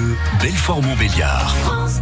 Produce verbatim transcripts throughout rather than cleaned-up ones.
Belfort-Montbéliard.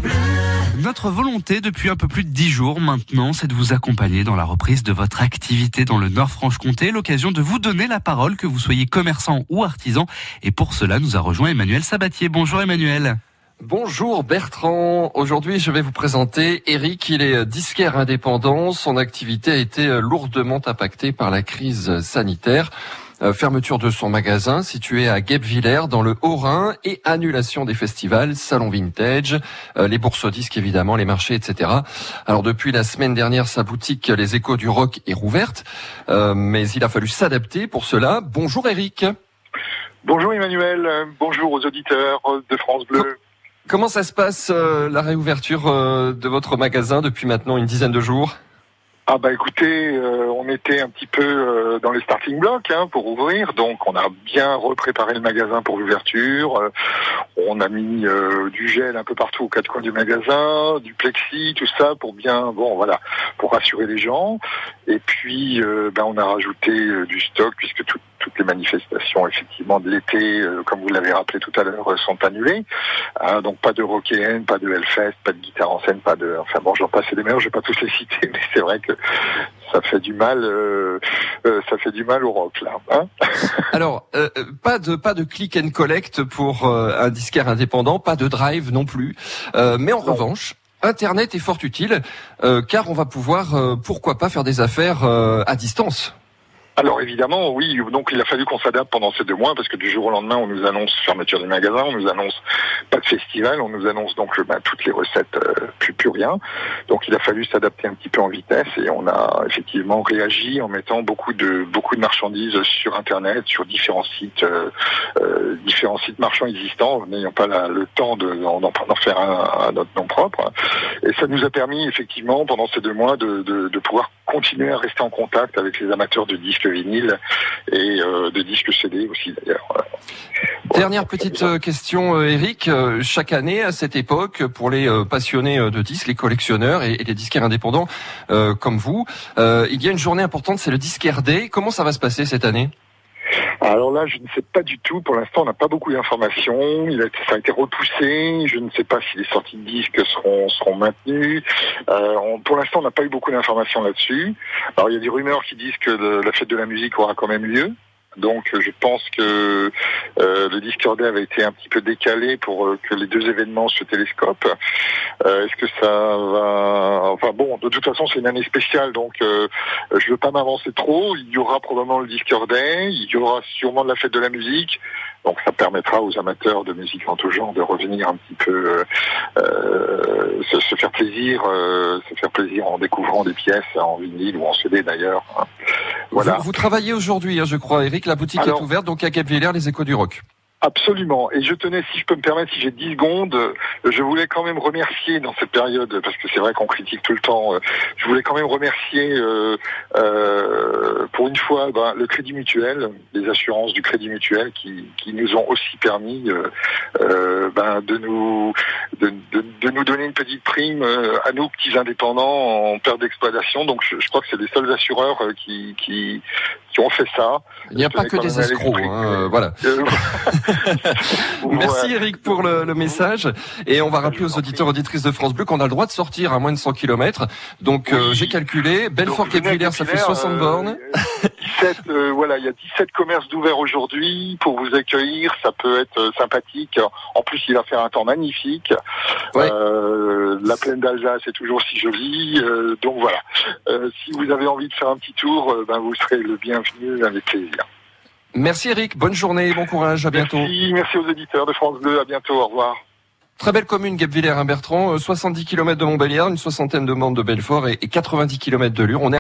Notre volonté depuis un peu plus de dix jours maintenant, c'est de vous accompagner dans la reprise de votre activité dans le Nord-Franche-Comté. L'occasion de vous donner la parole, que vous soyez commerçant ou artisan. Et pour cela, nous a rejoint Emmanuel Sabatier. Bonjour Emmanuel. Bonjour Bertrand, aujourd'hui je vais vous présenter Eric, il est disquaire indépendant, son activité a été lourdement impactée par la crise sanitaire. Euh, fermeture de son magasin situé à Guebwiller dans le Haut-Rhin et annulation des festivals, salons vintage, euh, les bourses aux disques évidemment, les marchés, et cetera. Alors depuis la semaine dernière, sa boutique Les Échos du Rock est rouverte, euh, mais il a fallu s'adapter pour cela. Bonjour Eric. Bonjour Emmanuel, bonjour aux auditeurs de France Bleu. Comment ça se passe, euh, la réouverture euh, de votre magasin depuis maintenant une dizaine de jours ? Ah bah écoutez, euh, on était un petit peu euh, dans les starting blocks hein, pour ouvrir, donc on a bien repréparé le magasin pour l'ouverture. Euh, on a mis euh, du gel un peu partout aux quatre coins du magasin, du plexi, tout ça pour bien, bon voilà, pour rassurer les gens. Et puis, euh, ben on a rajouté euh, du stock puisque tout, toutes les manifestations effectivement de l'été, euh, comme vous l'avez rappelé tout à l'heure, sont annulées. Hein, donc pas de Rock'n, pas de Hellfest, pas de guitare en scène, pas de, enfin bon, j'en passe et des meilleurs, je vais pas tous les citer, mais c'est vrai que ça fait du mal, euh, euh, ça fait du mal au rock là. Hein Alors, euh, pas de pas de click and collect pour euh, un disquaire indépendant, pas de drive non plus. Euh, mais en non. revanche, Internet est fort utile, euh, car on va pouvoir, euh, pourquoi pas, faire des affaires euh, à distance. Alors évidemment, oui, donc il a fallu qu'on s'adapte pendant ces deux mois parce que du jour au lendemain, on nous annonce fermeture des magasins, on nous annonce pas de festival, on nous annonce donc ben, toutes les recettes, euh, plus, plus rien. Donc il a fallu s'adapter un petit peu en vitesse et on a effectivement réagi en mettant beaucoup de beaucoup de marchandises sur Internet, sur différents sites, euh, euh, différents sites marchands existants, n'ayant pas la, le temps de, d'en, d'en faire un à notre nom propre. Et ça nous a permis effectivement pendant ces deux mois de, de, de pouvoir continuer à rester en contact avec les amateurs de disques vinyle et euh, de disques C D aussi d'ailleurs. Dernière petite euh, question euh, Eric, euh, chaque année à cette époque pour les euh, passionnés de disques, les collectionneurs et, et les disquaires indépendants euh, comme vous, euh, il y a une journée importante, c'est le Disquaire Day. Comment ça va se passer cette année ? Alors là, je ne sais pas du tout. Pour l'instant, on n'a pas beaucoup d'informations. Il a été, ça a été repoussé. Je ne sais pas si les sorties de disques seront seront maintenues. Euh, on, pour l'instant, on n'a pas eu beaucoup d'informations là-dessus. Alors, il y a des rumeurs qui disent que le, la fête de la musique aura quand même lieu. Donc, je pense que euh, le Disquaire Day avait été un petit peu décalé pour euh, que les deux événements se télescopent. Euh, est-ce que ça va... Enfin bon, de toute façon, c'est une année spéciale, donc euh, je veux pas m'avancer trop. Il y aura probablement le Disquaire Day, il y aura sûrement de la fête de la musique. Donc, ça permettra aux amateurs de musique en tout genre de revenir un petit peu, euh, se, se faire plaisir, euh, se faire plaisir en découvrant des pièces en vinyle ou en C D d'ailleurs. Hein. Voilà. Vous, vous travaillez aujourd'hui, hein, je crois, Eric. La boutique Alors, est ouverte, donc à Guebwiller, les Échos du Rock. Absolument. Et je tenais, si je peux me permettre, si j'ai dix secondes, je voulais quand même remercier dans cette période, parce que c'est vrai qu'on critique tout le temps, je voulais quand même remercier euh, euh, pour une fois ben, le Crédit Mutuel, les assurances du Crédit Mutuel qui, qui nous ont aussi permis euh, euh, ben, de nous de, de, de nous donner une petite prime à nous petits indépendants en perte d'exploitation. Donc je, je crois que c'est les seuls assureurs qui qui, qui ont fait ça. Il n'y a pas que des escrocs, hein, euh, voilà. Merci Eric pour le, le message et on va rappeler aux auditeurs auditrices de France Bleu qu'on a le droit de sortir à moins de cent kilomètres. Donc oui. euh, j'ai calculé, Belfort-Guebwiller, ça fait soixante euh, bornes. dix-sept, euh, voilà, il y a dix-sept commerces d'ouverts aujourd'hui pour vous accueillir, ça peut être euh, sympathique. En plus, il va faire un temps magnifique. Ouais. Euh, la plaine d'Alsace est toujours si jolie. Euh, donc voilà, euh, si vous avez envie de faire un petit tour, euh, ben vous serez le bienvenu avec plaisir. Merci Eric, bonne journée, bon courage, à bientôt. Merci, merci aux éditeurs de France Bleu, à bientôt, au revoir. Très belle commune, Guebwiller-Bertrand, soixante-dix kilomètres de Montbéliard, une soixantaine de bornes de Belfort et quatre-vingt-dix kilomètres de Lure. On est